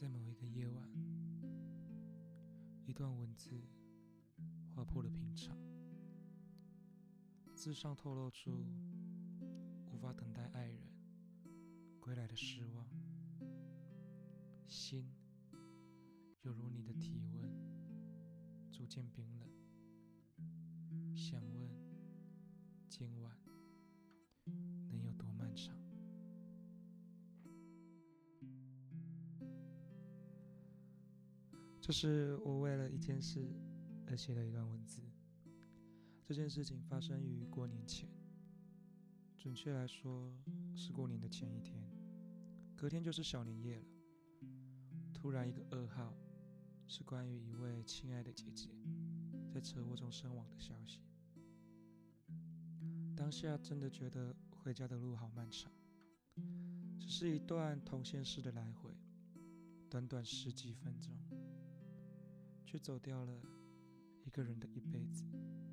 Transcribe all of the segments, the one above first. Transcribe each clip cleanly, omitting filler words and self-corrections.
在某一个夜晚，一段文字划破了平常，字上透露出无法等待爱人归来的失望，心犹如你的体温逐渐冰冷，想问今晚能有多漫长。这是我为了一件事而写的一段文字。这件事情发生于过年前，准确来说是过年的前一天，隔天就是小年夜了。突然一个噩耗，是关于一位亲爱的姐姐在车祸中身亡的消息。当下真的觉得回家的路好漫长，只是一段同县市的来回，短短10几分钟，却走掉了一个人的一辈子。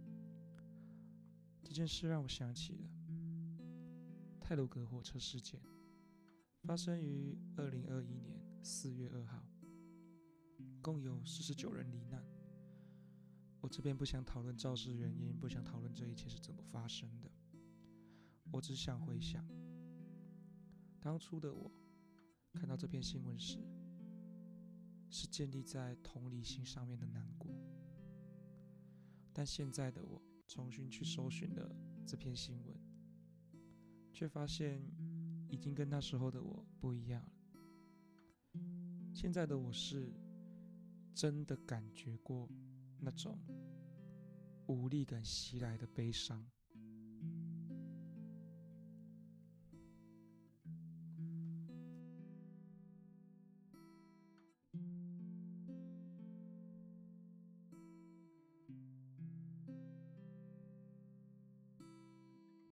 这件事让我想起了太鲁阁火车事件，发生于2021年4月2号，共有49人罹难。我这边不想讨论肇事原因，不想讨论这一切是怎么发生的，我只想回想当初的我看到这篇新闻时，是建立在同理心上面的难过，但现在的我重新去搜寻了这篇新闻，却发现已经跟那时候的我不一样了。现在的我是真的感觉过那种无力感袭来的悲伤，